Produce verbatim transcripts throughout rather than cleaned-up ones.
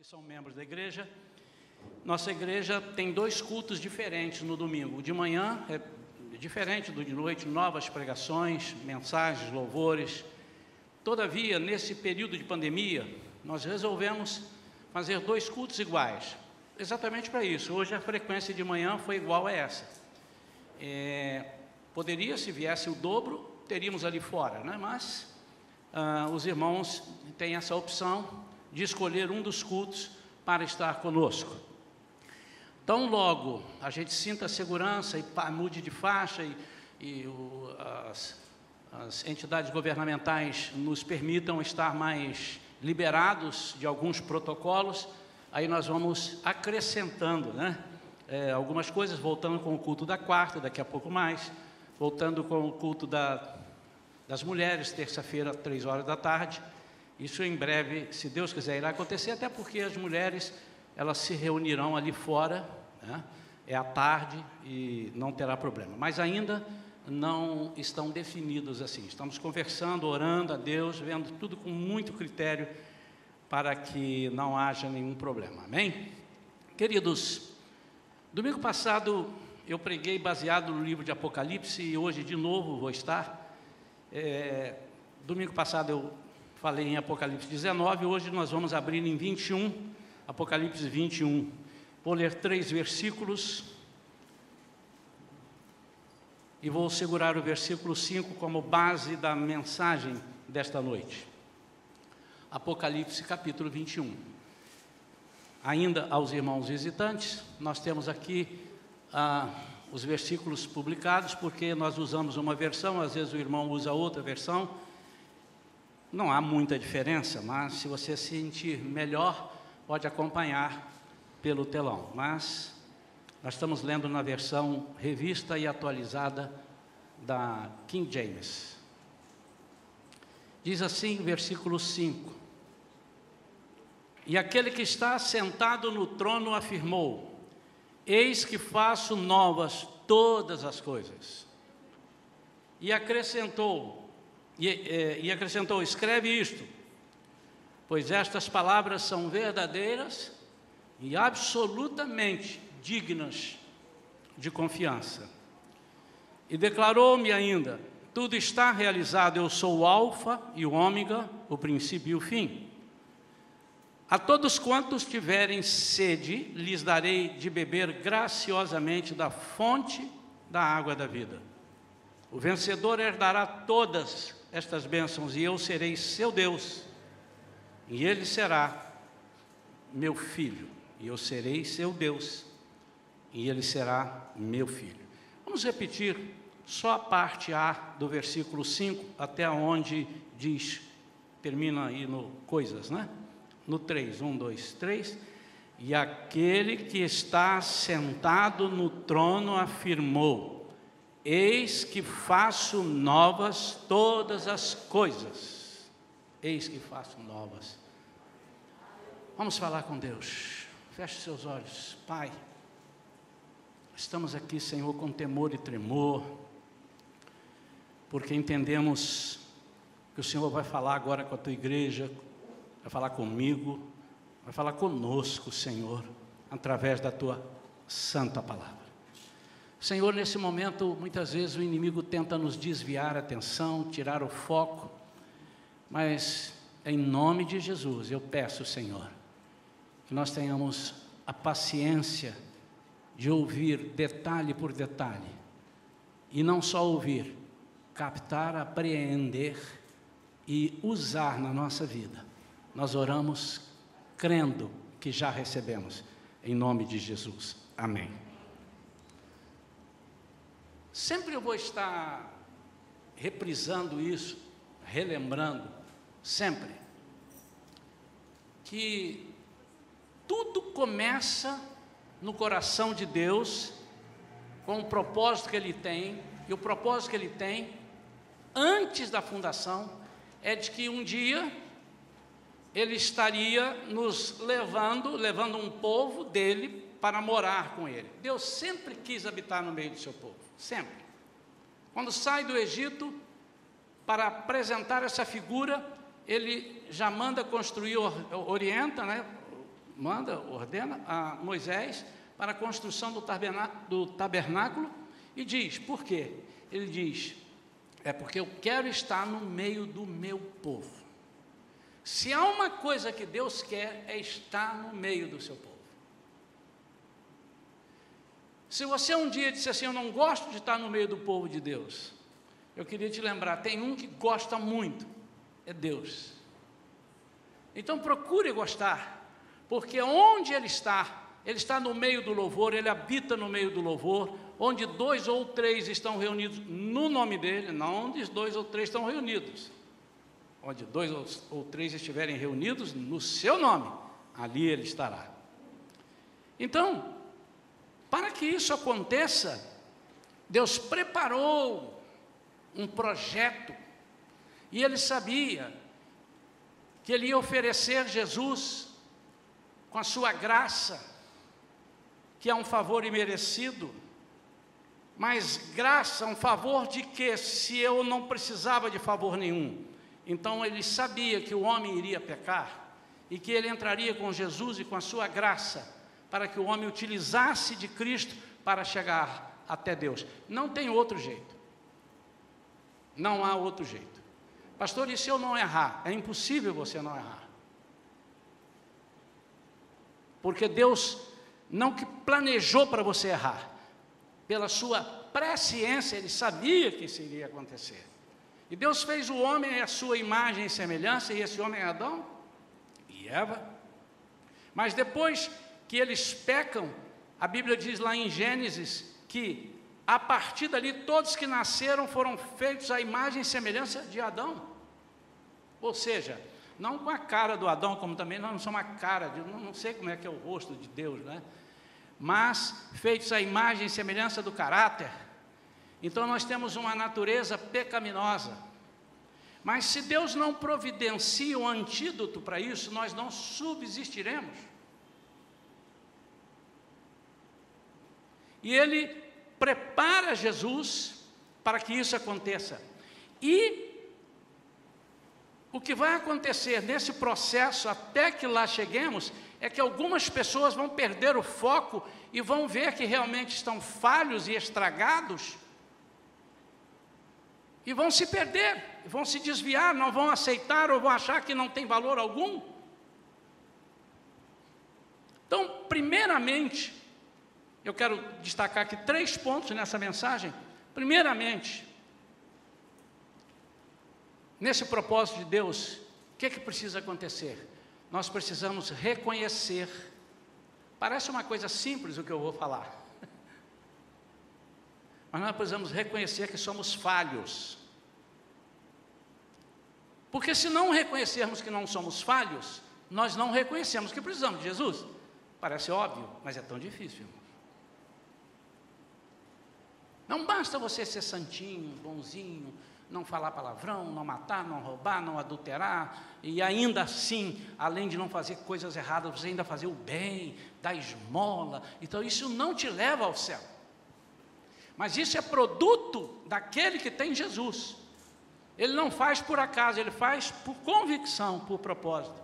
são membros da igreja. Nossa igreja tem dois cultos diferentes no domingo. O de manhã é diferente do de noite, novas pregações, mensagens, louvores. Todavia, nesse período de pandemia, nós resolvemos fazer dois cultos iguais, exatamente para isso. Hoje a frequência de manhã foi igual a essa. É, poderia, se viesse o dobro, teríamos ali fora, né? Mas ah, os irmãos têm essa opção de escolher um dos cultos para estar conosco. Tão logo a gente sinta a segurança e mude de faixa e, e o, as, as entidades governamentais nos permitam estar mais liberados de alguns protocolos, aí nós vamos acrescentando, né? É, algumas coisas, voltando com o culto da quarta, daqui a pouco mais, voltando com o culto da, das mulheres, terça-feira, três horas da tarde. Isso em breve, se Deus quiser, irá acontecer, até porque as mulheres, elas se reunirão ali fora, né? É à tarde e não terá problema. Mas ainda não estão definidos assim. Estamos conversando, orando a Deus, vendo tudo com muito critério para que não haja nenhum problema. Amém? Queridos, domingo passado eu preguei baseado no livro de Apocalipse e hoje de novo vou estar. É, domingo passado eu falei em Apocalipse dezenove, hoje nós vamos abrir em vinte e um, Apocalipse vinte e um. Vou ler três versículos e vou segurar o versículo cinco como base da mensagem desta noite. Apocalipse capítulo vinte e um. Ainda aos irmãos visitantes, nós temos aqui ah, os versículos publicados, porque nós usamos uma versão, às vezes o irmão usa outra versão. Não há muita diferença, mas se você se sentir melhor, pode acompanhar pelo telão. Mas nós estamos lendo na versão revista e atualizada da King James. Diz assim, versículo cinco. E aquele que está sentado no trono afirmou: eis que faço novas todas as coisas. E acrescentou, e, e, e acrescentou, escreve isto, pois estas palavras são verdadeiras e absolutamente dignas de confiança. E declarou-me ainda: tudo está realizado, eu sou o alfa e o ômega, o princípio e o fim. A todos quantos tiverem sede, lhes darei de beber graciosamente da fonte da água da vida. O vencedor herdará todas estas bênçãos, e eu serei seu Deus, e ele será meu filho, e eu serei seu Deus, e ele será meu filho. Vamos repetir só a parte A do versículo cinco, até onde diz, termina aí no coisas, né? No três, um, dois, três. E aquele que está sentado no trono afirmou: eis que faço novas todas as coisas. Eis que faço novas. Vamos falar com Deus. Feche seus olhos. Pai, estamos aqui, Senhor, com temor e tremor, porque entendemos que o Senhor vai falar agora com a Tua igreja, vai falar comigo, vai falar conosco, Senhor, através da Tua santa palavra. Senhor, nesse momento, muitas vezes o inimigo tenta nos desviar a atenção, tirar o foco, mas em nome de Jesus eu peço, Senhor, que nós tenhamos a paciência de ouvir detalhe por detalhe, e não só ouvir, captar, apreender e usar na nossa vida. Nós oramos crendo que já recebemos, em nome de Jesus. Amém. Sempre eu vou estar reprisando isso, relembrando, sempre, que tudo começa no coração de Deus, com o propósito que Ele tem, e o propósito que Ele tem, antes da fundação, é de que um dia Ele estaria nos levando, levando um povo dele para morar com Ele. Deus sempre quis habitar no meio do seu povo, sempre. Quando sai do Egito, para apresentar essa figura, Ele já manda construir, orienta, né, manda, ordena a Moisés para a construção do tabernáculo, do tabernáculo e diz, por quê? Ele diz, é porque eu quero estar no meio do meu povo. Se há uma coisa que Deus quer, é estar no meio do seu povo. Se você um dia disse assim, eu não gosto de estar no meio do povo de Deus, eu queria te lembrar, tem um que gosta muito, é Deus. Então procure gostar, porque onde Ele está, Ele está no meio do louvor, Ele habita no meio do louvor, onde dois ou três estão reunidos no nome dEle, não onde dois ou três estão reunidos. Onde dois ou três estiverem reunidos no seu nome, ali Ele estará. Então, para que isso aconteça, Deus preparou um projeto, e Ele sabia que Ele ia oferecer Jesus com a sua graça, que é um favor imerecido, mas graça, um favor de que, se eu não precisava de favor nenhum. Então Ele sabia que o homem iria pecar, e que Ele entraria com Jesus e com a sua graça, para que o homem utilizasse de Cristo para chegar até Deus. Não tem outro jeito. Não há outro jeito. Pastor, e se eu não errar? É impossível você não errar. Porque Deus não que planejou para você errar. Pela sua presciência, Ele sabia que isso iria acontecer. E Deus fez o homem à sua imagem e semelhança, e esse homem é Adão e Eva. Mas depois que eles pecam, a Bíblia diz lá em Gênesis, que a partir dali todos que nasceram foram feitos à imagem e semelhança de Adão. Ou seja, não com a cara do Adão, como também nós não somos a cara, de, não, não sei como é que é o rosto de Deus, né? Mas feitos à imagem e semelhança do caráter. Então nós temos uma natureza pecaminosa. Mas se Deus não providencia um antídoto para isso, nós não subsistiremos. E Ele prepara Jesus para que isso aconteça. E o que vai acontecer nesse processo, até que lá cheguemos, é que algumas pessoas vão perder o foco e vão ver que realmente estão falhos e estragados, e vão se perder, vão se desviar, não vão aceitar ou vão achar que não tem valor algum. Então, primeiramente, eu quero destacar aqui três pontos nessa mensagem. Primeiramente, nesse propósito de Deus, o que é que precisa acontecer? Nós precisamos reconhecer, parece uma coisa simples o que eu vou falar, mas nós precisamos reconhecer que somos falhos. Porque se não reconhecermos que não somos falhos, nós não reconhecemos que precisamos de Jesus. Parece óbvio, mas é tão difícil, irmão. Não basta você ser santinho, bonzinho, não falar palavrão, não matar, não roubar, não adulterar, e ainda assim, além de não fazer coisas erradas, você ainda fazer o bem, dar esmola. Então isso não te leva ao céu. Mas isso é produto daquele que tem Jesus. Ele não faz por acaso, ele faz por convicção, por propósito.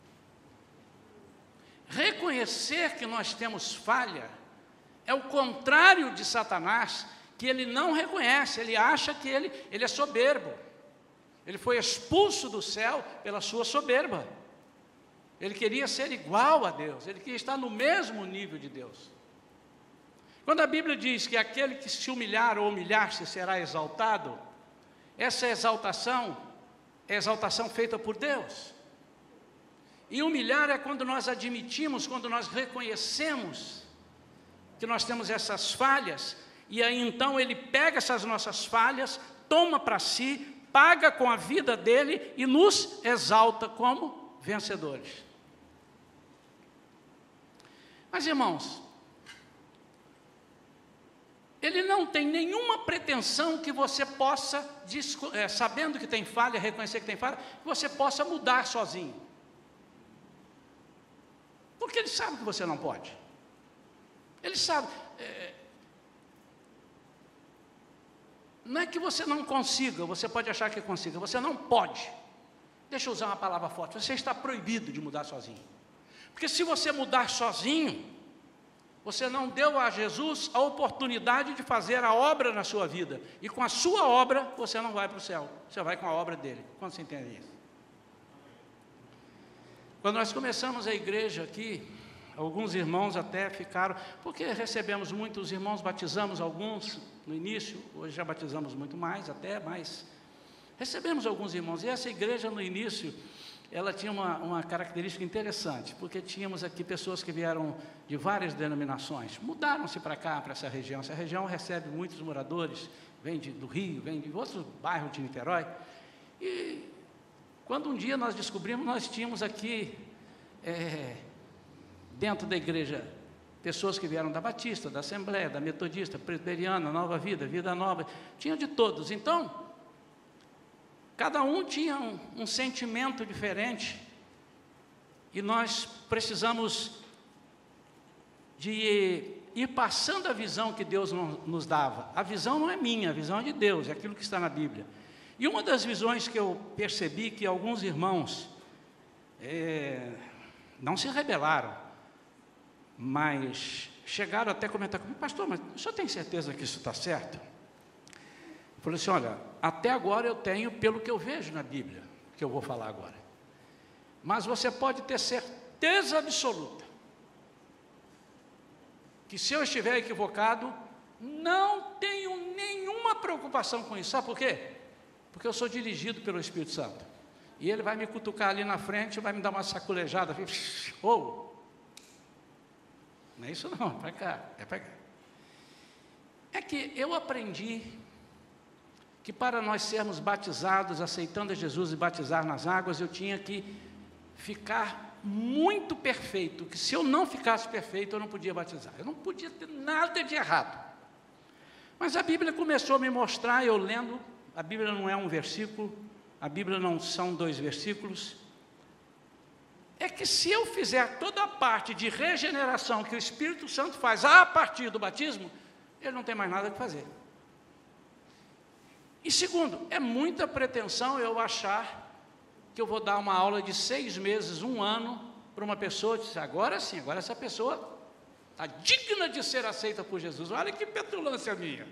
Reconhecer que nós temos falha é o contrário de Satanás, que ele não reconhece, ele acha que ele, ele é soberbo. Ele foi expulso do céu pela sua soberba. Ele queria ser igual a Deus, ele queria estar no mesmo nível de Deus. Quando a Bíblia diz que aquele que se humilhar ou humilhar-se será exaltado, essa exaltação é exaltação feita por Deus. E humilhar é quando nós admitimos, quando nós reconhecemos que nós temos essas falhas, e aí então Ele pega essas nossas falhas, toma para si, paga com a vida dEle e nos exalta como vencedores. Mas, irmãos, Ele não tem nenhuma pretensão que você possa, é, sabendo que tem falha, reconhecer que tem falha, que você possa mudar sozinho. Porque Ele sabe que você não pode. Ele sabe. É, não é que você não consiga, você pode achar que consiga, você não pode. Deixa eu usar uma palavra forte, você está proibido de mudar sozinho. Porque se você mudar sozinho, você não deu a Jesus a oportunidade de fazer a obra na sua vida. E com a sua obra, você não vai para o céu. Você vai com a obra dele. Quando você entende isso? Quando nós começamos a igreja aqui, alguns irmãos até ficaram, porque recebemos muitos irmãos, batizamos alguns no início, hoje já batizamos muito mais até, mas recebemos alguns irmãos. E essa igreja no início, ela tinha uma, uma característica interessante, porque tínhamos aqui pessoas que vieram de várias denominações, mudaram-se para cá, para essa região. Essa região recebe muitos moradores, vem de, do Rio, vem de outros bairros de Niterói. E quando um dia nós descobrimos, nós tínhamos aqui, é, dentro da igreja, pessoas que vieram da Batista, da Assembleia, da Metodista, Presbiteriana, Nova Vida, Vida Nova, tinha de todos. Então, cada um tinha um, um sentimento diferente, e nós precisamos de ir passando a visão que Deus nos dava. A visão não é minha, a visão é de Deus, é aquilo que está na Bíblia. E uma das visões que eu percebi que alguns irmãos é, não se rebelaram, mas chegaram até a comentar comigo: pastor, mas o senhor tem certeza que isso está certo? Eu falei assim: olha, até agora eu tenho pelo que eu vejo na Bíblia, que eu vou falar agora. Mas você pode ter certeza absoluta que se eu estiver equivocado, não tenho nenhuma preocupação com isso. Sabe por quê? Porque eu sou dirigido pelo Espírito Santo. E ele vai me cutucar ali na frente, vai me dar uma saculejada. Ou, oh, não é isso não, é para cá, é para cá. É que eu aprendi que para nós sermos batizados, aceitando a Jesus e batizar nas águas, eu tinha que ficar muito perfeito, que se eu não ficasse perfeito, eu não podia batizar. Eu não podia ter nada de errado. Mas a Bíblia começou a me mostrar, eu lendo, a Bíblia não é um versículo, a Bíblia não são dois versículos, é que se eu fizer toda a parte de regeneração que o Espírito Santo faz a partir do batismo, ele não tem mais nada que fazer. E segundo, é muita pretensão eu achar que eu vou dar uma aula de seis meses, um ano, para uma pessoa, dizer, agora sim, agora essa pessoa está digna de ser aceita por Jesus. Olha que petulância minha.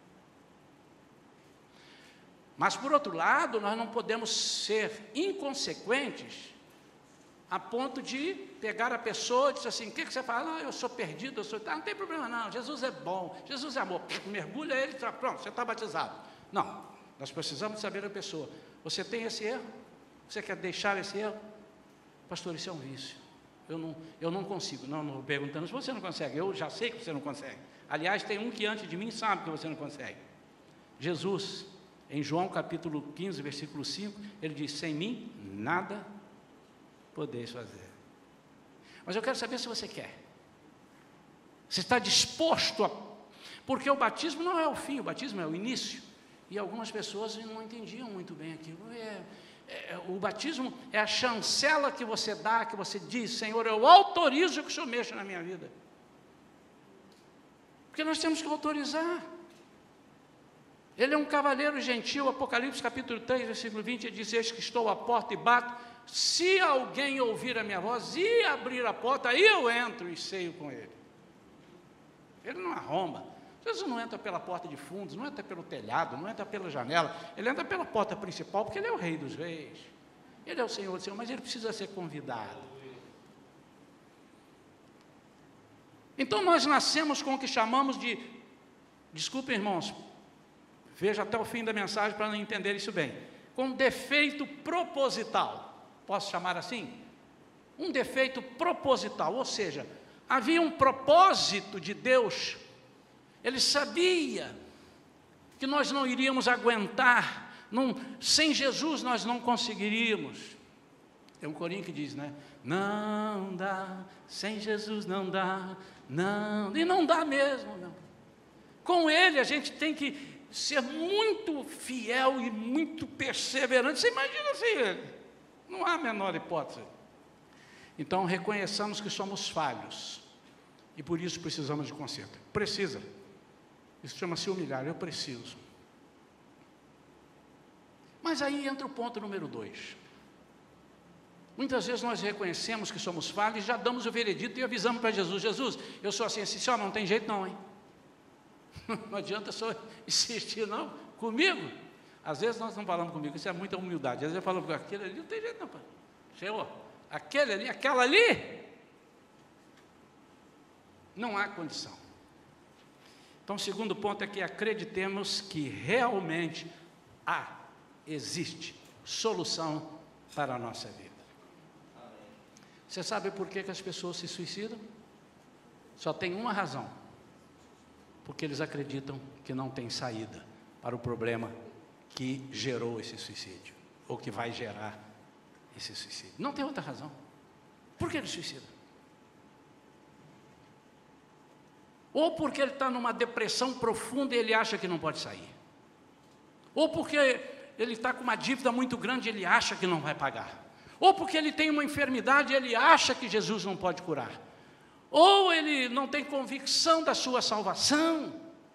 Mas, por outro lado, nós não podemos ser inconsequentes a ponto de pegar a pessoa e dizer assim: o que, que você fala? Ah, eu sou perdido, eu sou... Ah, não tem problema não, Jesus é bom, Jesus é amor. Mergulha ele, pronto, você está batizado. Não, nós precisamos saber a pessoa. Você tem esse erro? Você quer deixar esse erro? Pastor, isso é um vício. Eu não, eu não consigo. Não, não perguntando se você não consegue. Eu já sei que você não consegue. Aliás, tem um que antes de mim sabe que você não consegue. Jesus, em João capítulo quinze, versículo cinco, ele diz: sem mim, nada podeis fazer. Mas eu quero saber se você quer. Você está disposto a... Porque o batismo não é o fim, o batismo é o início. E algumas pessoas não entendiam muito bem aquilo. É, é, o batismo é a chancela que você dá, que você diz: Senhor, eu autorizo que o Senhor mexa na minha vida. Porque nós temos que autorizar. Ele é um cavaleiro gentil. Apocalipse capítulo três, versículo vinte, ele diz: eis que estou à porta e bato. Se alguém ouvir a minha voz e abrir a porta, aí eu entro e ceio com ele. Ele não arromba. Jesus não entra pela porta de fundos, não entra pelo telhado, não entra pela janela, ele entra pela porta principal, porque ele é o Rei dos Reis, ele é o Senhor do Senhor, mas ele precisa ser convidado. Então nós nascemos com o que chamamos de, desculpem irmãos, veja até o fim da mensagem para não entender isso bem, com defeito proposital, posso chamar assim? Um defeito proposital, ou seja, havia um propósito de Deus. Ele sabia que nós não iríamos aguentar, não, sem Jesus nós não conseguiríamos. Tem um corinho que diz, né? Não dá, sem Jesus não dá, não, e não dá mesmo, não. Com Ele a gente tem que ser muito fiel e muito perseverante. Você imagina sem Ele? Não há a menor hipótese. Então reconheçamos que somos falhos, e por isso precisamos de conserto. Precisa. Isso chama-se humilhar, eu preciso. Mas aí entra o ponto número dois. Muitas vezes nós reconhecemos que somos falhos e já damos o veredito e avisamos para Jesus: Jesus, eu sou assim, assim, senhor, não tem jeito não, hein? Não adianta só insistir não, comigo. Às vezes nós não falamos comigo, isso é muita humildade. Às vezes eu falo, aquele ali não tem jeito não, pai. Senhor, aquele ali, aquela ali, não há condição. Então, o segundo ponto é que acreditemos que realmente há, existe solução para a nossa vida. Você sabe por que que as pessoas se suicidam? Só tem uma razão: porque eles acreditam que não tem saída para o problema que gerou esse suicídio, ou que vai gerar esse suicídio. Não tem outra razão. Por que ele suicida? Ou porque ele está numa depressão profunda e ele acha que não pode sair. Ou porque ele está com uma dívida muito grande e ele acha que não vai pagar. Ou porque ele tem uma enfermidade e ele acha que Jesus não pode curar. Ou ele não tem convicção da sua salvação.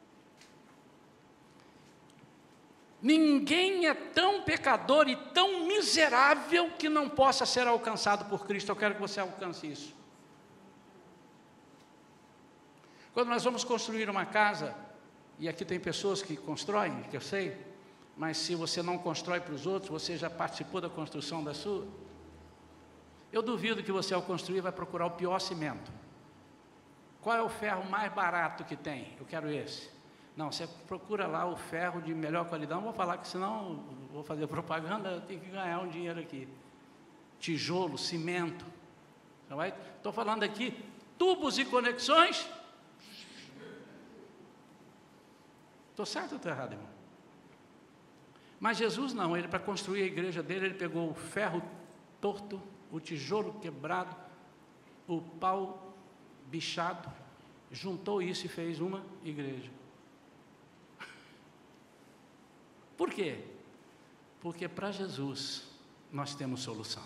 Ninguém é tão pecador e tão miserável que não possa ser alcançado por Cristo. Eu quero que você alcance isso. Quando nós vamos construir uma casa, e aqui tem pessoas que constroem, que eu sei, mas se você não constrói para os outros, você já participou da construção da sua. Eu duvido que você, ao construir, vai procurar o pior cimento. Qual é o ferro mais barato que tem? Eu quero esse. Não, você procura lá o ferro de melhor qualidade. Não vou falar que senão vou fazer propaganda, eu tenho que ganhar um dinheiro aqui. Tijolo, cimento. Estou falando aqui, tubos e conexões. Estou certo ou estou errado, irmão? Mas Jesus não, ele, para construir a igreja dele, ele pegou o ferro torto, o tijolo quebrado, o pau bichado, juntou isso e fez uma igreja. Por quê? Porque para Jesus nós temos solução.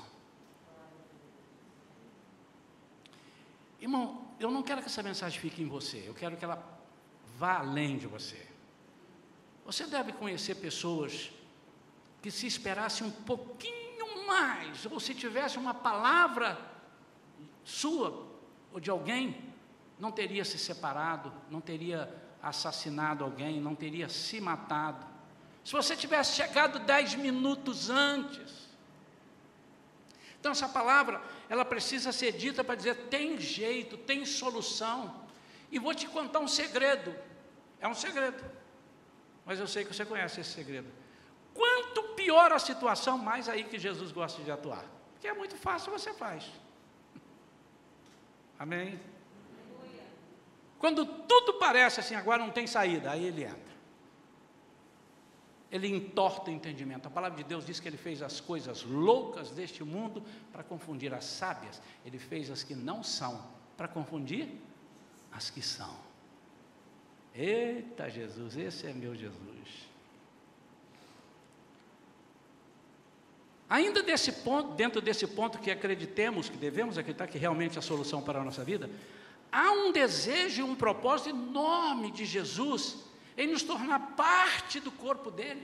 Irmão, eu não quero que essa mensagem fique em você, eu quero que ela vá além de você. Você deve conhecer pessoas que, se esperasse um pouquinho mais, ou se tivesse uma palavra sua ou de alguém, não teria se separado, não teria assassinado alguém, não teria se matado. Se você tivesse chegado dez minutos antes. Então essa palavra, ela precisa ser dita para dizer: tem jeito, tem solução. E vou te contar um segredo. É um segredo, mas eu sei que você conhece esse segredo. Quanto pior a situação, mais aí que Jesus gosta de atuar. Porque é muito fácil, você faz. Amém? Quando tudo parece assim, agora não tem saída, aí ele entra. Ele entorta o entendimento. A palavra de Deus diz que ele fez as coisas loucas deste mundo para confundir as sábias. Ele fez as que não são para confundir as que são. Eita Jesus, esse é meu Jesus. Ainda desse ponto, dentro desse ponto que acreditemos, que devemos acreditar que realmente é a solução para a nossa vida, há um desejo e um propósito enorme de Jesus em nos tornar parte do corpo dele.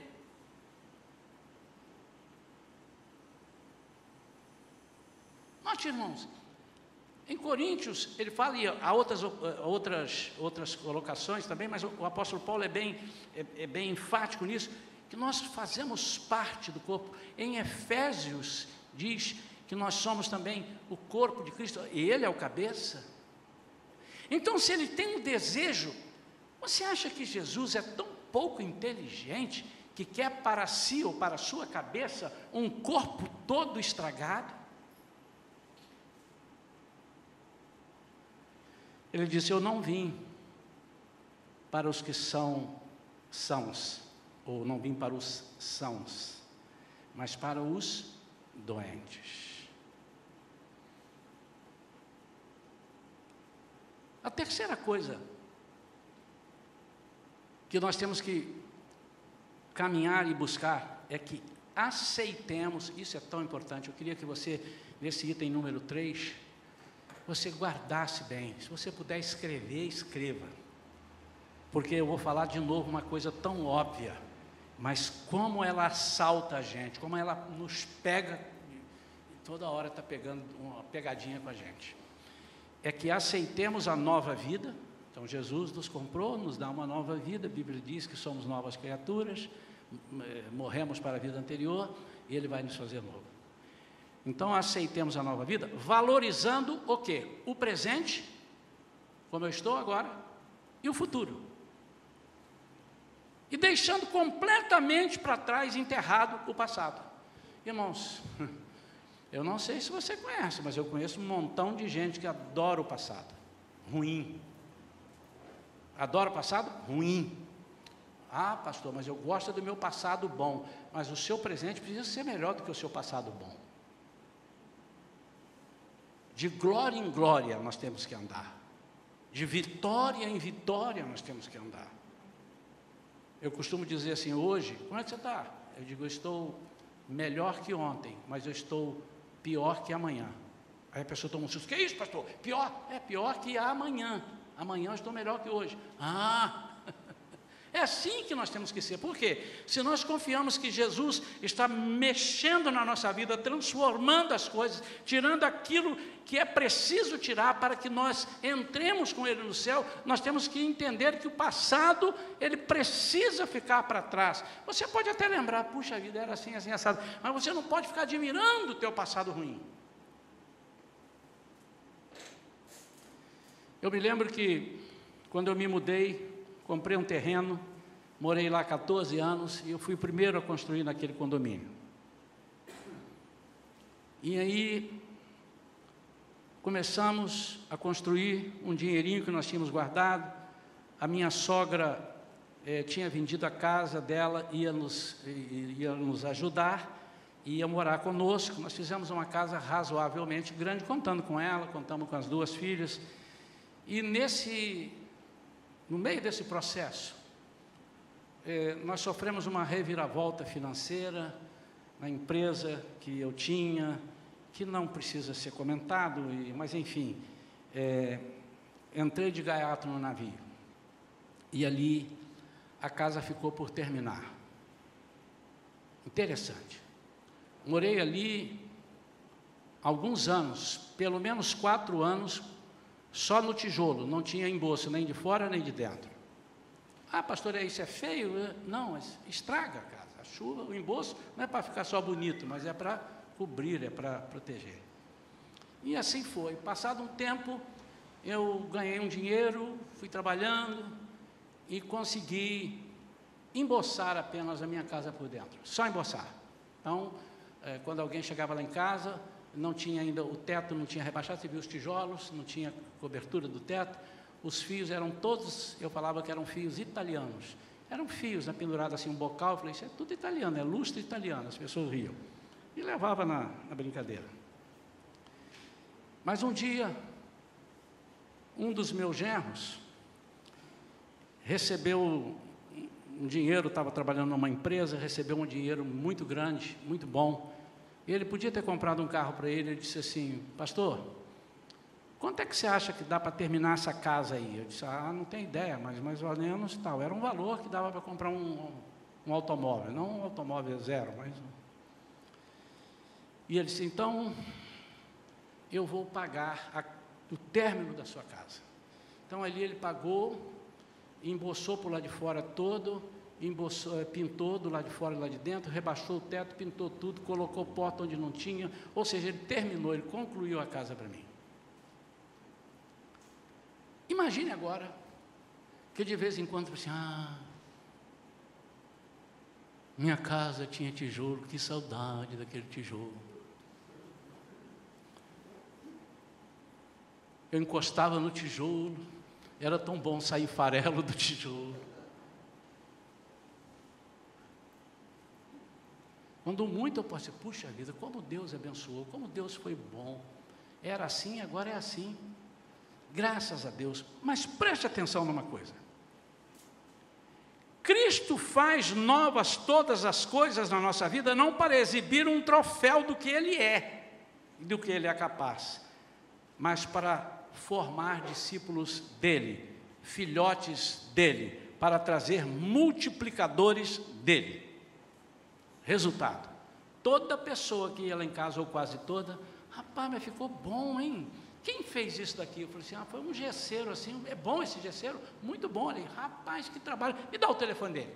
Note, irmãos, em Coríntios, ele fala, e há outras, outras, outras colocações também, mas o apóstolo Paulo é bem, é, é bem enfático nisso, que nós fazemos parte do corpo. Em Efésios diz que nós somos também o corpo de Cristo, e ele é o cabeça. Então, se ele tem um desejo, você acha que Jesus é tão pouco inteligente que quer para si ou para a sua cabeça um corpo todo estragado? Ele disse: eu não vim para os que são sãos, ou não vim para os sãos, mas para os doentes. A terceira coisa que nós temos que caminhar e buscar é que aceitemos, isso é tão importante, eu queria que você, nesse item número três, você guardasse bem. Se você puder escrever, escreva, porque eu vou falar de novo uma coisa tão óbvia, mas como ela assalta a gente, como ela nos pega, toda hora está pegando uma pegadinha com a gente. É que aceitemos a nova vida. Então Jesus nos comprou, nos dá uma nova vida. A Bíblia diz que somos novas criaturas, morremos para a vida anterior e Ele vai nos fazer novo. Então aceitemos a nova vida, valorizando o quê? O presente, como eu estou agora, e o futuro. E deixando completamente para trás, enterrado, o passado. Irmãos, eu não sei se você conhece, mas eu conheço um montão de gente que adora o passado, ruim. Adora o passado? Ruim. Ah, pastor, mas eu gosto do meu passado bom. Mas o seu presente precisa ser melhor do que o seu passado bom. De glória em glória nós temos que andar. De vitória em vitória nós temos que andar. Eu costumo dizer assim, hoje, como é que você está? Eu digo, eu estou melhor que ontem, mas eu estou pior que amanhã. Aí a pessoa toma um susto, que é isso, pastor? Pior? É pior que amanhã. Amanhã eu estou melhor que hoje. Ah, é assim que nós temos que ser. Por quê? Se nós confiamos que Jesus está mexendo na nossa vida, transformando as coisas, tirando aquilo que é preciso tirar para que nós entremos com Ele no céu, nós temos que entender que o passado, ele precisa ficar para trás. Você pode até lembrar, puxa vida, era assim, assim, assado, mas você não pode ficar admirando o teu passado ruim. Eu me lembro que, quando eu me mudei, comprei um terreno, morei lá quatorze anos, e eu fui o primeiro a construir naquele condomínio. E aí, começamos a construir um dinheirinho que nós tínhamos guardado. A minha sogra eh, tinha vendido a casa dela, ia nos, ia nos ajudar, ia morar conosco. Nós fizemos uma casa razoavelmente grande, contando com ela, contamos com as duas filhas. E nesse, no meio desse processo, eh, nós sofremos uma reviravolta financeira na empresa que eu tinha, que não precisa ser comentado, e, mas enfim, é, entrei de gaiato no navio, e ali a casa ficou por terminar. Interessante. Morei ali alguns anos, pelo menos quatro anos, só no tijolo, não tinha emboço, nem de fora nem de dentro. Ah, pastor, isso é feio? Não, mas estraga a casa. A chuva, o emboço não é para ficar só bonito, mas é para cobrir, é para proteger. E assim foi. Passado um tempo, eu ganhei um dinheiro, fui trabalhando e consegui emboçar apenas a minha casa por dentro, só emboçar. Então, é, quando alguém chegava lá em casa, não tinha ainda, o teto não tinha rebaixado, você viu os tijolos, não tinha cobertura do teto, os fios eram todos, eu falava que eram fios italianos, eram fios, né, pendurados assim, um bocal, eu falei, isso é tudo italiano, é lustre italiano, as pessoas riam. E levava na, na brincadeira. Mas um dia, um dos meus genros recebeu um dinheiro, estava trabalhando numa empresa, recebeu um dinheiro muito grande, muito bom, e ele podia ter comprado um carro para ele. Ele disse assim, pastor, quanto é que você acha que dá para terminar essa casa aí? Eu disse, ah, não tenho ideia, mas mais ou menos tal. Era um valor que dava para comprar um, um automóvel, não um automóvel zero, mas... E ele disse, então, eu vou pagar a, o término da sua casa. Então, ali ele pagou, emboçou por lá de fora todo, emboçou, pintou do lado de fora e lá de dentro, rebaixou o teto, pintou tudo, colocou porta onde não tinha, ou seja, ele terminou, ele concluiu a casa para mim. Imagine agora, que de vez em quando, assim, ah, minha casa tinha tijolo, que saudade daquele tijolo. Eu encostava no tijolo, era tão bom sair farelo do tijolo. Quando muito eu posso dizer, puxa vida, como Deus abençoou, como Deus foi bom. Era assim, agora é assim. Graças a Deus. Mas preste atenção numa coisa. Cristo faz novas todas as coisas na nossa vida, não para exibir um troféu do que Ele é, e do que Ele é capaz, mas para formar discípulos dEle, filhotes dEle, para trazer multiplicadores dEle. Resultado, toda pessoa que ia lá em casa, ou quase toda, rapaz, mas ficou bom, hein? Quem fez isso daqui? Eu falei assim, ah, foi um gesseiro assim, é bom esse gesseiro? Muito bom. Ele, rapaz, que trabalho, me dá o telefone dele.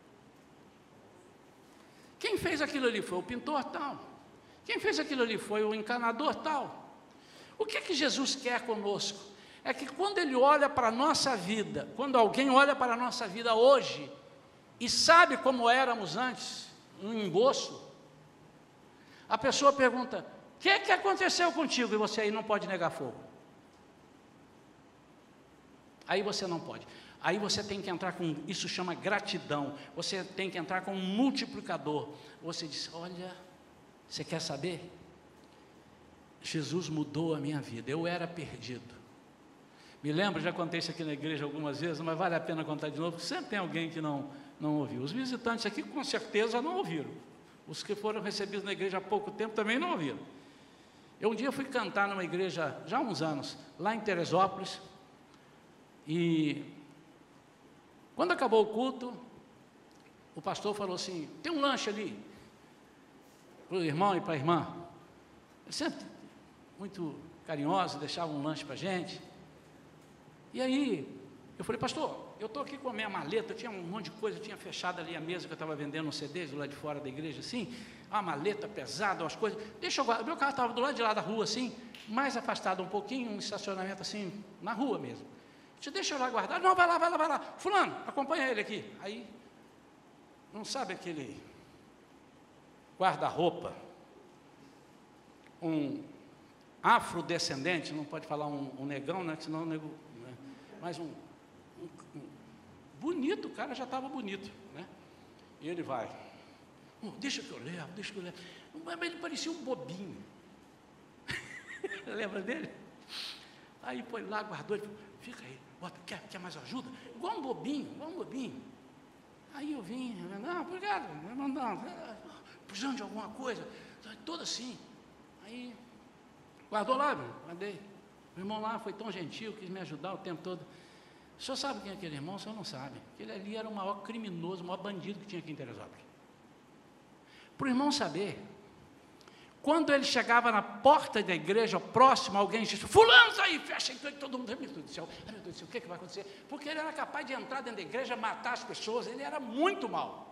Quem fez aquilo ali foi o pintor tal. Quem fez aquilo ali foi o encanador tal. O que é que Jesus quer conosco? É que quando Ele olha para a nossa vida, quando alguém olha para a nossa vida hoje, e sabe como éramos antes, um emboço, a pessoa pergunta, o que é que aconteceu contigo? E você aí não pode negar fogo. Aí você não pode. Aí você tem que entrar com, isso chama gratidão, você tem que entrar com um multiplicador. Você diz, olha, você quer saber? Jesus mudou a minha vida, eu era perdido. Me lembro, já contei isso aqui na igreja algumas vezes, mas vale a pena contar de novo, porque sempre tem alguém que não, não ouviu. Os visitantes aqui com certeza não ouviram. Os que foram recebidos na igreja há pouco tempo também não ouviram. Eu um dia fui cantar numa igreja, já há uns anos, lá em Teresópolis, e quando acabou o culto, o pastor falou assim, tem um lanche ali, para o irmão e para a irmã. Ele sempre muito carinhoso, deixava um lanche para a gente. E aí, eu falei, pastor, eu estou aqui com a minha maleta, eu tinha um monte de coisa, eu tinha fechado ali a mesa que eu estava vendendo uns C Ds do lado de fora da igreja, assim, uma maleta pesada, umas coisas, deixa eu guardar, meu carro estava do lado de lá da rua, assim, mais afastado um pouquinho, um estacionamento assim, na rua mesmo. Te deixa eu lá guardar, não, vai lá, vai lá, vai lá, fulano, acompanha ele aqui. Aí, não sabe aquele guarda-roupa, um afrodescendente, não pode falar um, um negão, né, senão o nego, né, mas um, um, um bonito, o cara já estava bonito, né, e ele vai, oh, deixa que eu levo, deixa que eu levo, mas ele parecia um bobinho, lembra dele? Aí foi lá, guardou, ele falou, fica aí, bota, quer, quer mais ajuda? Igual um bobinho, igual um bobinho. Aí eu vim, não, obrigado, não, não, precisando de alguma coisa, todo assim. Aí, guardou lá, meu, guardei. O irmão lá foi tão gentil, quis me ajudar o tempo todo. O senhor sabe quem é aquele irmão? O senhor não sabe. Aquele ali era o maior criminoso, o maior bandido que tinha aqui em Teresópolis. Para o irmão saber, quando ele chegava na porta da igreja, próximo, alguém disse, fulano, sai, fecha, então todo mundo, ai meu Deus do céu, ai meu Deus do céu, o que, é que vai acontecer? Porque ele era capaz de entrar dentro da igreja, matar as pessoas, ele era muito mau.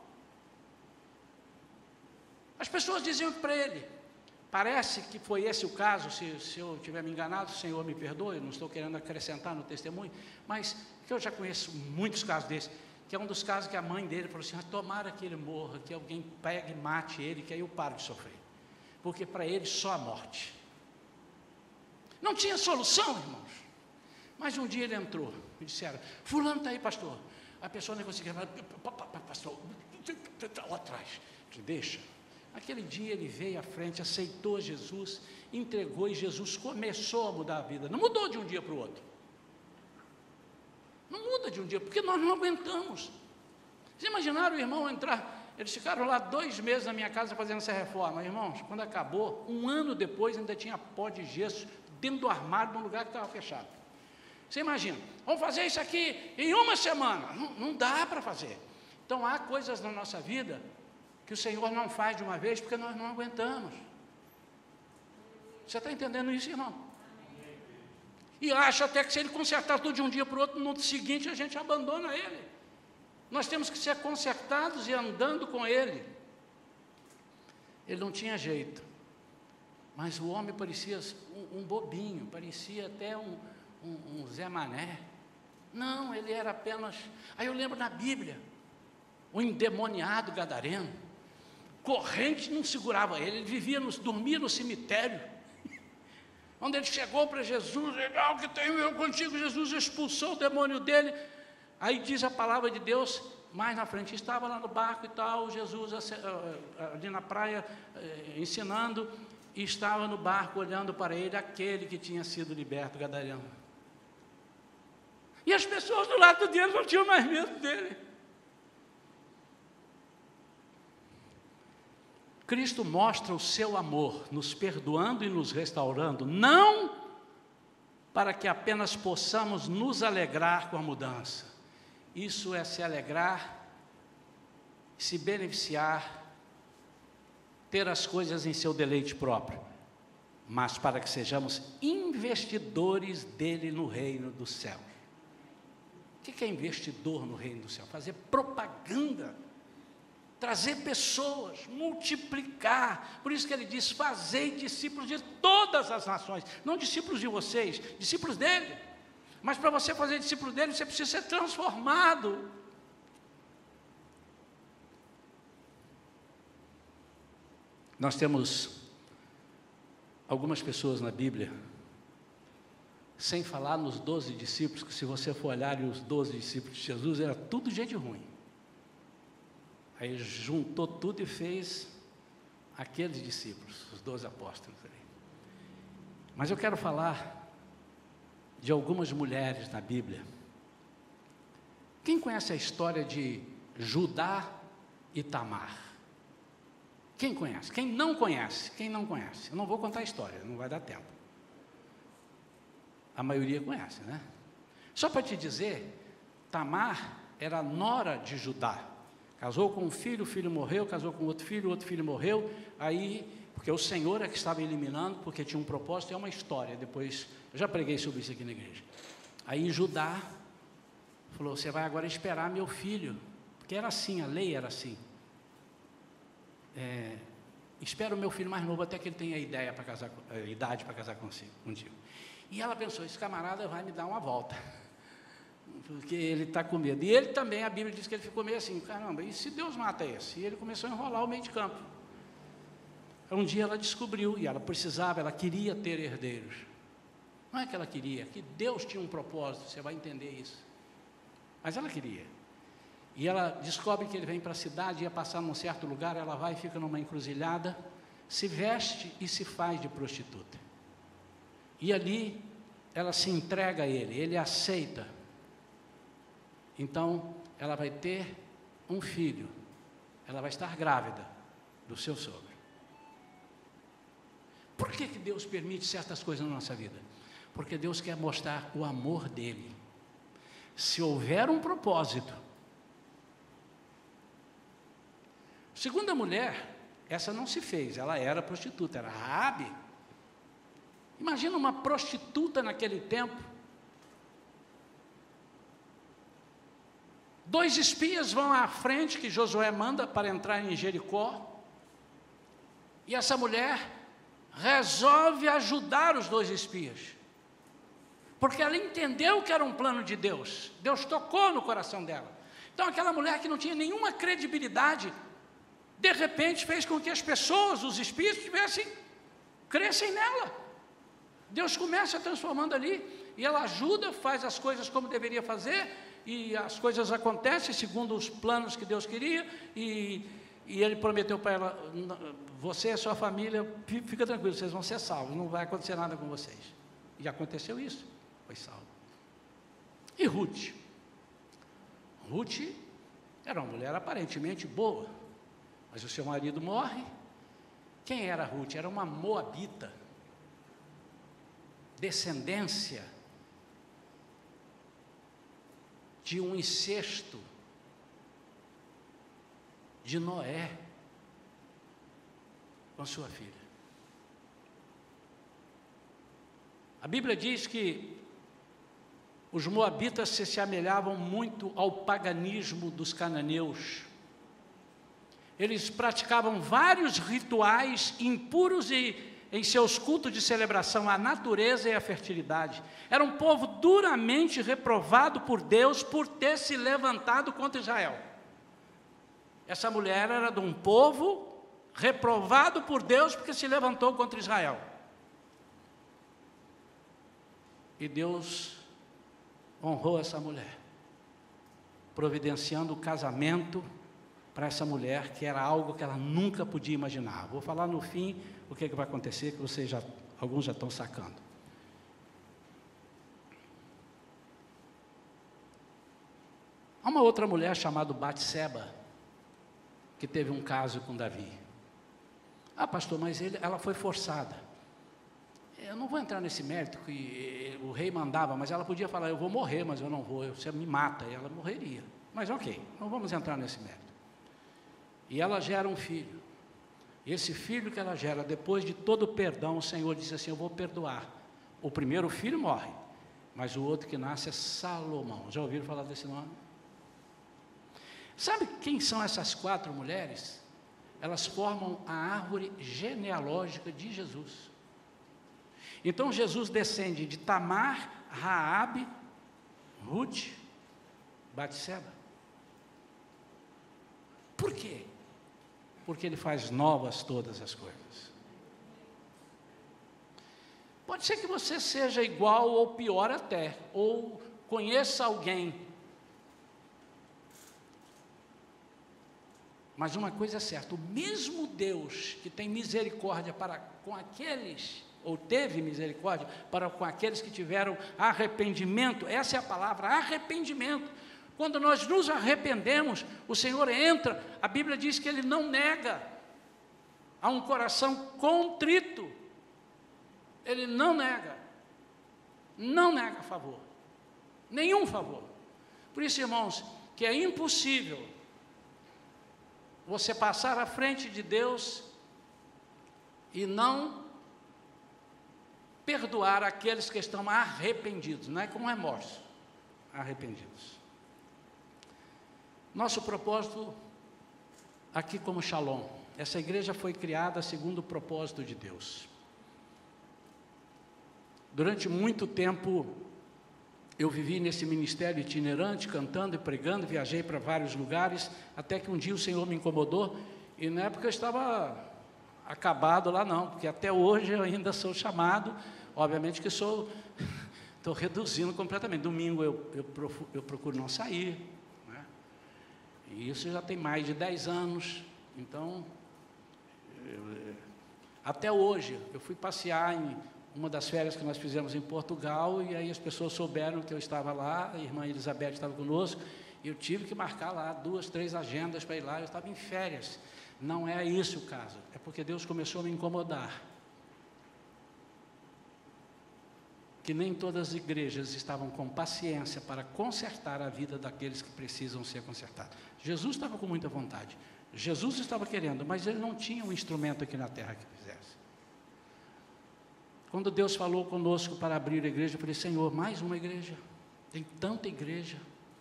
As pessoas diziam para ele, parece que foi esse o caso, se, se eu tiver me enganado, o Senhor me perdoe, não estou querendo acrescentar no testemunho, mas que eu já conheço muitos casos desses, que é um dos casos que a mãe dele falou assim, ah, tomara que ele morra, que alguém pegue e mate ele, que aí eu paro de sofrer. Porque para ele só a morte. Não tinha solução, irmãos. Mas um dia ele entrou, me disseram, fulano está aí, pastor. A pessoa não conseguia falar, pastor, está lá atrás, te deixa. Aquele dia ele veio à frente, aceitou Jesus, entregou e Jesus começou a mudar a vida. Não mudou de um dia para o outro. Não muda de um dia, porque nós não aguentamos. Vocês imaginaram o irmão entrar... Eles ficaram lá dois meses na minha casa fazendo essa reforma. Irmãos, quando acabou, um ano depois ainda tinha pó de gesso dentro do armário, num lugar que estava fechado. Você imagina, vamos fazer isso aqui em uma semana. Não, não dá para fazer. Então, há coisas na nossa vida que o Senhor não faz de uma vez porque nós não aguentamos. Você está entendendo isso, irmão? E acha até que se ele consertar tudo de um dia para o outro, no seguinte a gente abandona ele. Nós temos que ser consertados e andando com ele. Ele não tinha jeito, mas o homem parecia um, um bobinho, parecia até um, um, um Zé Mané. Não, ele era apenas... Aí eu lembro na Bíblia, o endemoniado gadareno, corrente não segurava ele, ele vivia no, dormia no cemitério. Quando ele chegou para Jesus, ele, ah, o que tenho eu contigo? Jesus expulsou o demônio dele. Aí diz a palavra de Deus, mais na frente, estava lá no barco e tal, Jesus ali na praia ensinando, e estava no barco olhando para ele, aquele que tinha sido liberto, gadareno. E as pessoas do lado dele não tinham mais medo dele. Cristo mostra o seu amor, nos perdoando e nos restaurando, não para que apenas possamos nos alegrar com a mudança. Isso é se alegrar, se beneficiar, ter as coisas em seu deleite próprio, mas para que sejamos investidores dele no reino do céu. O que é investidor no reino do céu? Fazer propaganda, trazer pessoas, multiplicar. Por isso que ele diz: fazei discípulos de todas as nações, não discípulos de vocês, discípulos dele. Mas para você fazer discípulo dele, você precisa ser transformado. Nós temos algumas pessoas na Bíblia, sem falar nos doze discípulos, que se você for olhar os doze discípulos de Jesus, era tudo gente ruim. Aí juntou tudo e fez aqueles discípulos, os doze apóstolos ali. Mas eu quero falar de algumas mulheres na Bíblia. Quem conhece a história de Judá e Tamar? Quem conhece? Quem não conhece? Quem não conhece? Eu não vou contar a história, não vai dar tempo. A maioria conhece, né? Só para te dizer, Tamar era nora de Judá. Casou com um filho, o filho morreu, casou com outro filho, outro filho morreu. Aí, porque o Senhor é que estava eliminando, porque tinha um propósito, é uma história. Depois, eu já preguei sobre isso aqui na igreja. Aí Judá falou: você vai agora esperar meu filho. Porque era assim, a lei era assim. É, espera o meu filho mais novo até que ele tenha ideia para casar, a idade para casar consigo, contigo. E ela pensou: esse camarada vai me dar uma volta, porque ele está com medo. E ele também, a Bíblia diz que ele ficou meio assim: caramba, e se Deus mata esse? E ele começou a enrolar o meio de campo. Um dia ela descobriu, e ela precisava, ela queria ter herdeiros. Não é que ela queria, que Deus tinha um propósito, você vai entender isso. Mas ela queria. E ela descobre que ele vem para a cidade, ia passar num certo lugar, ela vai e fica numa encruzilhada, se veste e se faz de prostituta. E ali ela se entrega a ele, ele aceita. Então ela vai ter um filho, ela vai estar grávida do seu sogro. Por que que Deus permite certas coisas na nossa vida? Porque Deus quer mostrar o amor dele. Se houver um propósito. Segunda mulher, essa não se fez, ela era prostituta, era Raabe. Imagina uma prostituta naquele tempo. Dois espias vão à frente, que Josué manda para entrar em Jericó. E essa mulher resolve ajudar os dois espias. Porque ela entendeu que era um plano de Deus. Deus tocou no coração dela. Então aquela mulher que não tinha nenhuma credibilidade, de repente fez com que as pessoas, os espíritos, tivessem, crescem nela. Deus começa transformando ali, e ela ajuda, faz as coisas como deveria fazer, e as coisas acontecem segundo os planos que Deus queria, e, e ele prometeu para ela: você e a sua família, fica tranquilo, vocês vão ser salvos, não vai acontecer nada com vocês. E aconteceu isso, foi salvo. E Ruth? Ruth era uma mulher aparentemente boa, mas o seu marido morre. Quem era Ruth? Era uma moabita, descendência de um incesto de Noé com sua filha. A Bíblia diz que os moabitas se semelhavam muito ao paganismo dos cananeus. Eles praticavam vários rituais impuros e, em seus cultos de celebração à natureza e à fertilidade. Era um povo duramente reprovado por Deus por ter se levantado contra Israel. Essa mulher era de um povo reprovado por Deus porque se levantou contra Israel. E Deus honrou essa mulher, providenciando o casamento para essa mulher, que era algo que ela nunca podia imaginar. Vou falar no fim o que, é que vai acontecer, que vocês já, alguns já estão sacando. Há uma outra mulher chamada Batseba, que teve um caso com Davi. Ah, pastor, mas ele, ela foi forçada. Eu não vou entrar nesse mérito que o rei mandava, mas ela podia falar: eu vou morrer, mas eu não vou, você me mata, e ela morreria. Mas ok, não vamos entrar nesse mérito. E ela gera um filho. Esse filho que ela gera, depois de todo o perdão, o Senhor disse assim: eu vou perdoar. O primeiro filho morre, mas o outro que nasce é Salomão. Já ouviram falar desse nome? Sabe quem são essas quatro mulheres? Elas formam a árvore genealógica de Jesus. Então Jesus descende de Tamar, Raabe, Ruth, Batseba. Por quê? Porque Ele faz novas todas as coisas. Pode ser que você seja igual ou pior até, ou conheça alguém. Mas uma coisa é certa, o mesmo Deus que tem misericórdia para com aqueles, ou teve misericórdia para com aqueles que tiveram arrependimento, essa é a palavra, arrependimento. Quando nós nos arrependemos, o Senhor entra, a Bíblia diz que Ele não nega a um coração contrito. Ele não nega, não nega favor, nenhum favor. Por isso, irmãos, que é impossível você passar à frente de Deus e não perdoar aqueles que estão arrependidos, não é com remorso, arrependidos. Nosso propósito aqui como Shalom, essa igreja foi criada segundo o propósito de Deus. Durante muito tempo, eu vivi nesse ministério itinerante, cantando e pregando, viajei para vários lugares, até que um dia o Senhor me incomodou, e na época eu estava acabado lá não, porque até hoje eu ainda sou chamado, obviamente que sou, estou reduzindo completamente, domingo eu, eu, eu procuro não sair, né? E isso já tem mais de dez anos, então, eu, até hoje, eu fui passear em uma das férias que nós fizemos em Portugal, e aí as pessoas souberam que eu estava lá, a irmã Elizabeth estava conosco, e eu tive que marcar lá duas, três agendas para ir lá, eu estava em férias. Não é isso o caso, é porque Deus começou a me incomodar. Que nem todas as igrejas estavam com paciência para consertar a vida daqueles que precisam ser consertados. Jesus estava com muita vontade, Jesus estava querendo, mas Ele não tinha um instrumento aqui na terra que fizesse. Quando Deus falou conosco para abrir a igreja, eu falei: Senhor, mais uma igreja, tem tanta igreja,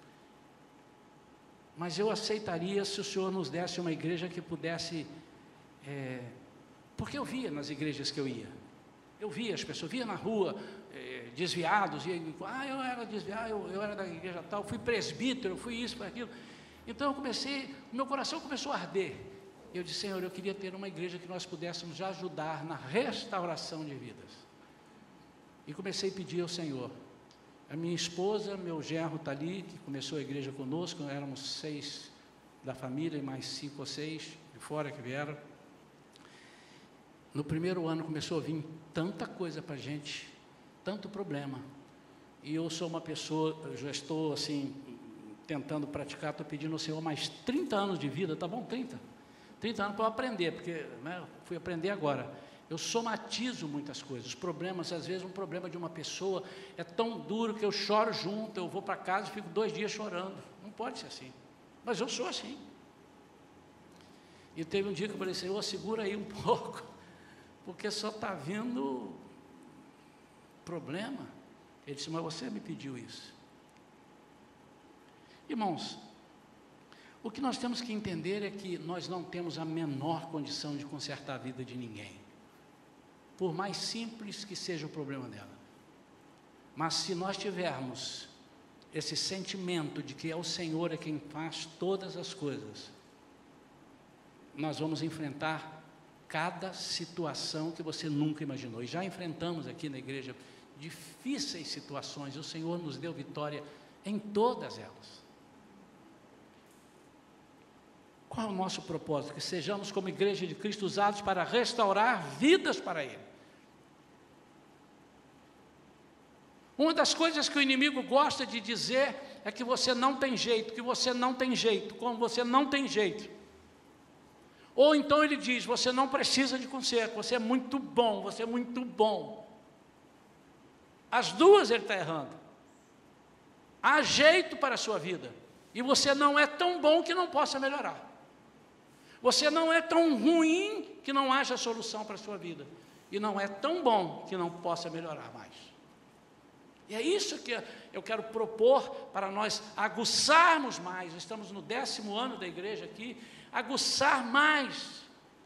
mas eu aceitaria se o Senhor nos desse uma igreja que pudesse, é, porque eu via nas igrejas que eu ia, eu via as pessoas, via na rua, é, desviados, e ah, eu era desviado, eu, eu era da igreja tal, fui presbítero, fui isso, fui aquilo, então eu comecei, o meu coração começou a arder, eu disse: Senhor, eu queria ter uma igreja que nós pudéssemos ajudar na restauração de vidas, e comecei a pedir ao Senhor. A minha esposa, meu genro está ali, que começou a igreja conosco, éramos seis da família, e mais cinco ou seis de fora que vieram. No primeiro ano começou a vir tanta coisa para a gente, tanto problema, e eu sou uma pessoa, eu já estou assim, tentando praticar, estou pedindo ao Senhor mais trinta anos de vida, tá bom? trinta? trinta anos para eu aprender, porque né, fui aprender agora. Eu somatizo muitas coisas, os problemas, às vezes um problema de uma pessoa é tão duro que eu choro junto, eu vou para casa e fico dois dias chorando, não pode ser assim, mas eu sou assim. E teve um dia que eu falei: Senhor, segura aí um pouco, porque só está vindo problema. Ele disse: mas você me pediu isso. Irmãos, o que nós temos que entender é que nós não temos a menor condição de consertar a vida de ninguém, por mais simples que seja o problema dela. Mas se nós tivermos esse sentimento de que é o Senhor é quem faz todas as coisas, nós vamos enfrentar cada situação que você nunca imaginou. E já enfrentamos aqui na igreja difíceis situações, e o Senhor nos deu vitória em todas elas. Qual é o nosso propósito? Que sejamos como igreja de Cristo usados para restaurar vidas para Ele. Uma das coisas que o inimigo gosta de dizer é que você não tem jeito, que você não tem jeito, como você não tem jeito. Ou então ele diz: você não precisa de conserto, você é muito bom, você é muito bom. As duas ele está errando. Há jeito para a sua vida, e você não é tão bom que não possa melhorar. Você não é tão ruim que não haja solução para a sua vida. E não é tão bom que não possa melhorar mais. E é isso que eu quero propor para nós aguçarmos mais. Estamos no décimo ano da igreja aqui. Aguçar mais.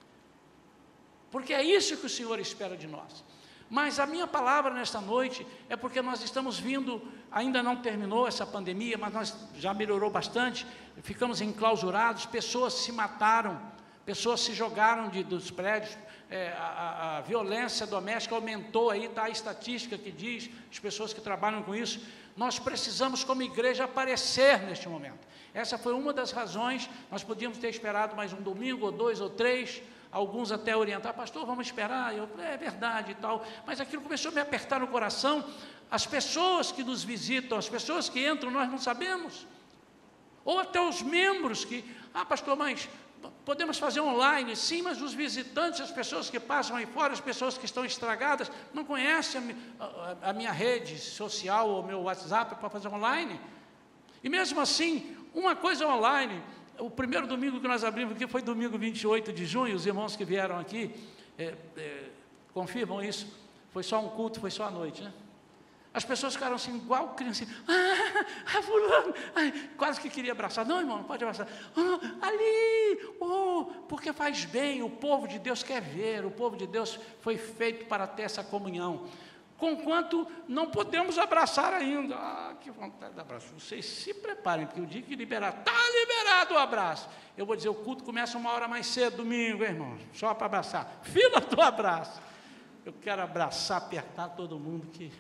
Porque é isso que o Senhor espera de nós. Mas a minha palavra nesta noite é porque nós estamos vindo, ainda não terminou essa pandemia, mas nós já melhorou bastante, ficamos enclausurados, pessoas se mataram, pessoas se jogaram de, dos prédios, é, a, a violência doméstica aumentou, aí está a estatística que diz, as pessoas que trabalham com isso. Nós precisamos como igreja aparecer neste momento. Essa foi uma das razões, nós podíamos ter esperado mais um domingo, ou dois, ou três, alguns até orientar, pastor, vamos esperar, eu, é verdade e tal, mas aquilo começou a me apertar no coração. As pessoas que nos visitam, as pessoas que entram, nós não sabemos, ou até os membros que, ah pastor, mas podemos fazer online, sim, mas os visitantes, as pessoas que passam aí fora, as pessoas que estão estragadas, não conhecem a, a, a minha rede social, ou meu WhatsApp para fazer online, e mesmo assim, uma coisa online. O primeiro domingo que nós abrimos aqui foi domingo vinte e oito de junho, os irmãos que vieram aqui, é, é, confirmam isso, foi só um culto, foi só a noite, né? As pessoas ficaram assim, igual criança, assim, ah, fulano, ai, quase que queria abraçar. Não, irmão, não pode abraçar. Ah, ali, oh, porque faz bem, o povo de Deus quer ver, o povo de Deus foi feito para ter essa comunhão. Conquanto não podemos abraçar ainda. Ah, que vontade de abraço. Vocês se preparem, porque o dia que liberar, está liberado o abraço. Eu vou dizer, o culto começa uma hora mais cedo, domingo, irmão, só para abraçar. Fila do abraço. Eu quero abraçar, apertar todo mundo que...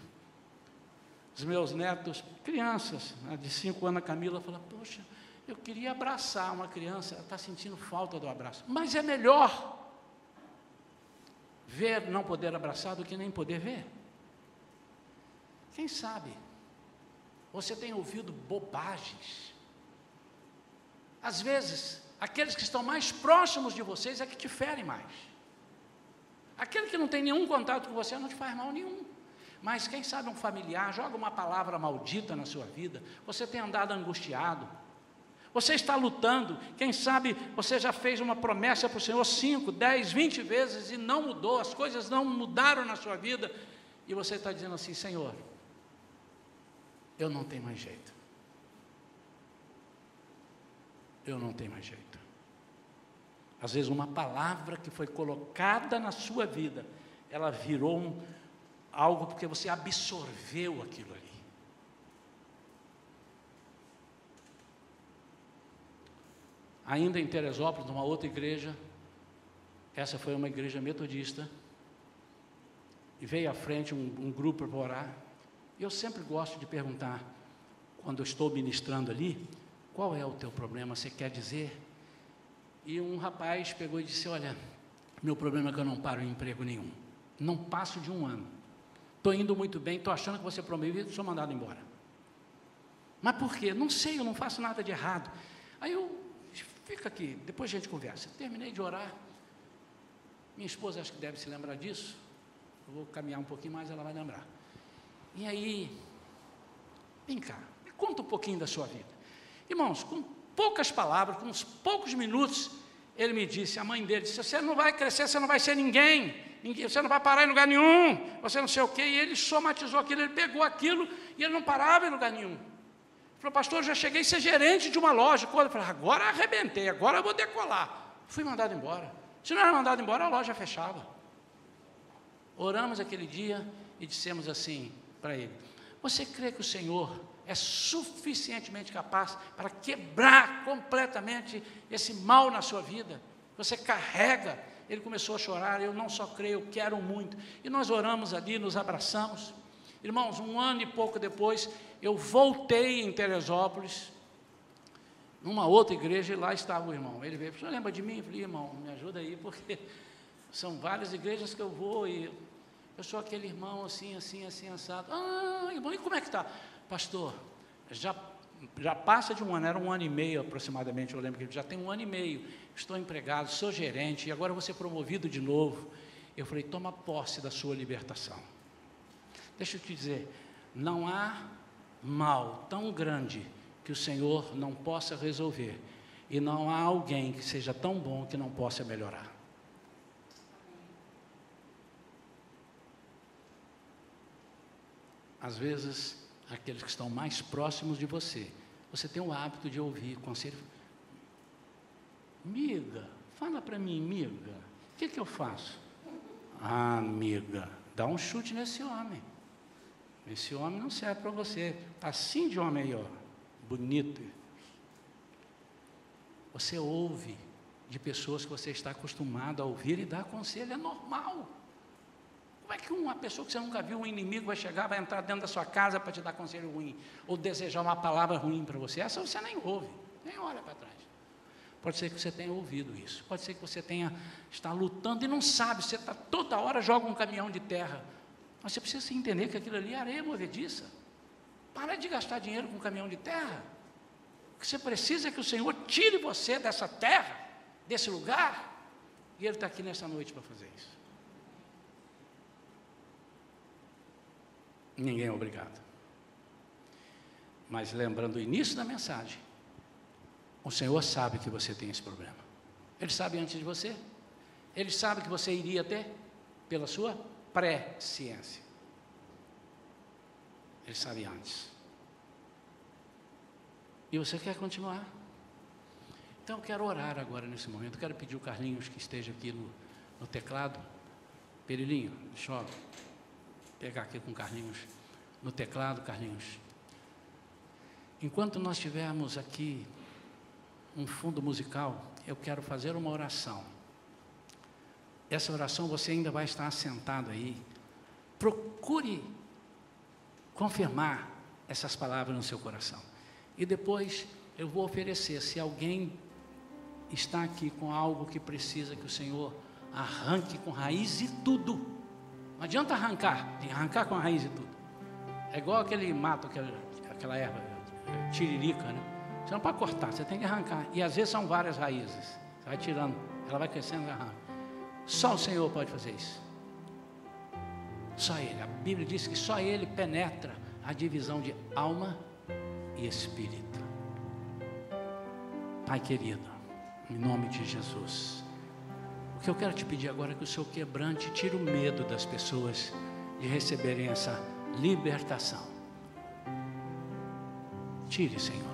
Os meus netos, crianças, né, de cinco anos, a Camila fala, poxa, eu queria abraçar uma criança, ela está sentindo falta do abraço. Mas é melhor ver, não poder abraçar, do que nem poder ver. Quem sabe, você tem ouvido bobagens. Às vezes, aqueles que estão mais próximos de vocês é que te ferem mais. Aquele que não tem nenhum contato com você não te faz mal nenhum. Mas quem sabe um familiar joga uma palavra maldita na sua vida, você tem andado angustiado, você está lutando, quem sabe você já fez uma promessa para o Senhor cinco, dez, vinte vezes e não mudou, as coisas não mudaram na sua vida, e você está dizendo assim, Senhor, eu não tenho mais jeito, eu não tenho mais jeito. Às vezes uma palavra que foi colocada na sua vida, ela virou um, algo porque você absorveu aquilo ali. Ainda em Teresópolis, numa outra igreja, essa foi uma igreja metodista, e veio à frente um, um grupo para orar. Eu sempre gosto de perguntar, quando eu estou ministrando ali, qual é o teu problema, você quer dizer? E um rapaz pegou e disse, olha, meu problema é que eu não paro em emprego nenhum, não passo de um ano, estou indo muito bem, estou achando que você promoveu e sou mandado embora. Mas por quê? Não sei, eu não faço nada de errado. Aí eu, fica aqui, depois a gente conversa. Terminei de orar, minha esposa acho que deve se lembrar disso, eu vou caminhar um pouquinho mais, ela vai lembrar. E aí, vem cá, me conta um pouquinho da sua vida. Irmãos, com poucas palavras, com uns poucos minutos, ele me disse, a mãe dele disse, você não vai crescer, você não vai ser ninguém, ninguém você não vai parar em lugar nenhum, você não sei o quê, e ele somatizou aquilo, ele pegou aquilo, e ele não parava em lugar nenhum. Ele falou, pastor, eu já cheguei a ser gerente de uma loja. Eu falei, agora arrebentei, agora eu vou decolar. Fui mandado embora. Se não era mandado embora, a loja fechava. Oramos aquele dia e dissemos assim para ele, você crê que o Senhor é suficientemente capaz para quebrar completamente esse mal na sua vida? Você carrega. Ele começou a chorar, eu não só creio, eu quero muito. E nós oramos ali, nos abraçamos. Irmãos, um ano e pouco depois, eu voltei em Teresópolis, numa outra igreja, e lá estava o irmão. Ele veio, você lembra de mim? Eu falei, irmão, me ajuda aí, porque são várias igrejas que eu vou, e eu sou aquele irmão assim, assim, assim, assado. Ah, irmão, e como é que está? Pastor, já, já passa de um ano, era um ano e meio aproximadamente, eu lembro que já tem um ano e meio, estou empregado, sou gerente, e agora vou ser promovido de novo. Eu falei, toma posse da sua libertação. Deixa eu te dizer, não há mal tão grande que o Senhor não possa resolver. E não há alguém que seja tão bom que não possa melhorar. Às vezes, aqueles que estão mais próximos de você, você tem o hábito de ouvir conselho. Miga, fala para mim, miga, o que, que eu faço? Ah, amiga, dá um chute nesse homem. Esse homem não serve para você. Assim de homem aí, ó, bonito. Você ouve de pessoas que você está acostumado a ouvir e dar conselho, é normal. Como é que uma pessoa que você nunca viu, um inimigo, vai chegar, vai entrar dentro da sua casa para te dar conselho ruim, ou desejar uma palavra ruim para você? Essa você nem ouve, nem olha para trás. Pode ser que você tenha ouvido isso, pode ser que você tenha, está lutando e não sabe, você está toda hora joga um caminhão de terra, mas você precisa entender que aquilo ali é areia movediça. Para de gastar dinheiro com um caminhão de terra. O que você precisa é que o Senhor tire você dessa terra, desse lugar, e Ele está aqui nessa noite para fazer isso. Ninguém é obrigado. Mas lembrando o início da mensagem, o Senhor sabe que você tem esse problema. Ele sabe antes de você. Ele sabe que você iria ter pela sua pré-ciência. Ele sabe antes. E você quer continuar? Então eu quero orar agora nesse momento. Eu quero pedir o Carlinhos que esteja aqui no, no teclado. Perilinho, deixa eu pegar aqui com o Carlinhos no teclado, Carlinhos. Enquanto nós tivermos aqui um fundo musical, eu quero fazer uma oração. Essa oração você ainda vai estar sentado aí. Procure confirmar essas palavras no seu coração. E depois eu vou oferecer, se alguém está aqui com algo que precisa que o Senhor arranque com raiz e tudo. Não adianta arrancar, tem que arrancar com a raiz e tudo. É igual aquele mato, aquela, aquela erva, tiririca, né? Você não pode cortar, você tem que arrancar. E às vezes são várias raízes. Você vai tirando, ela vai crescendo e arranca. Só o Senhor pode fazer isso. Só Ele. A Bíblia diz que só Ele penetra a divisão de alma e espírito. Pai querido, em nome de Jesus, o que eu quero te pedir agora é que o Senhor quebrante, tire o medo das pessoas de receberem essa libertação. Tire, Senhor.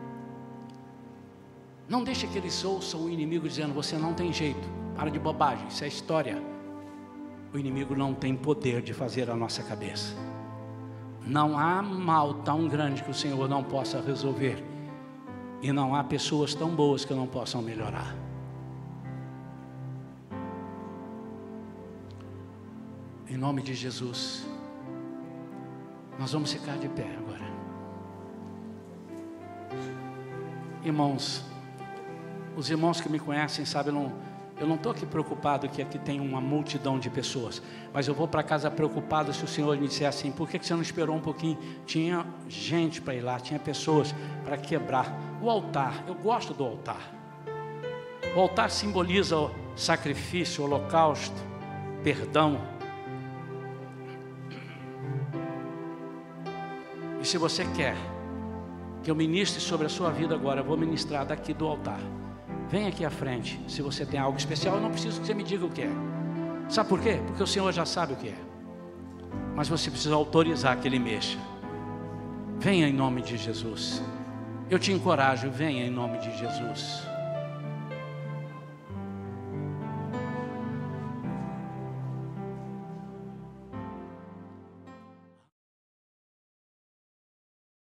Não deixe que eles ouçam o inimigo dizendo: você não tem jeito, para de bobagem, isso é história. O inimigo não tem poder de fazer a nossa cabeça. Não há mal tão grande que o Senhor não possa resolver, e não há pessoas tão boas que não possam melhorar. Em nome de Jesus, nós vamos ficar de pé agora. Irmãos, os irmãos que me conhecem sabem, eu não eu não estou aqui preocupado que aqui tem uma multidão de pessoas, mas eu vou para casa preocupado se o Senhor me disser assim: por que você não esperou um pouquinho? Tinha gente para ir lá, tinha pessoas para quebrar o altar. Eu gosto do altar. O altar simboliza o sacrifício, o holocausto, perdão. E se você quer que eu ministre sobre a sua vida agora, eu vou ministrar daqui do altar. Vem aqui à frente, se você tem algo especial. Eu não preciso que você me diga o que é. Sabe por quê? Porque o Senhor já sabe o que é. Mas você precisa autorizar que Ele mexa. Venha em nome de Jesus. Eu te encorajo, venha em nome de Jesus.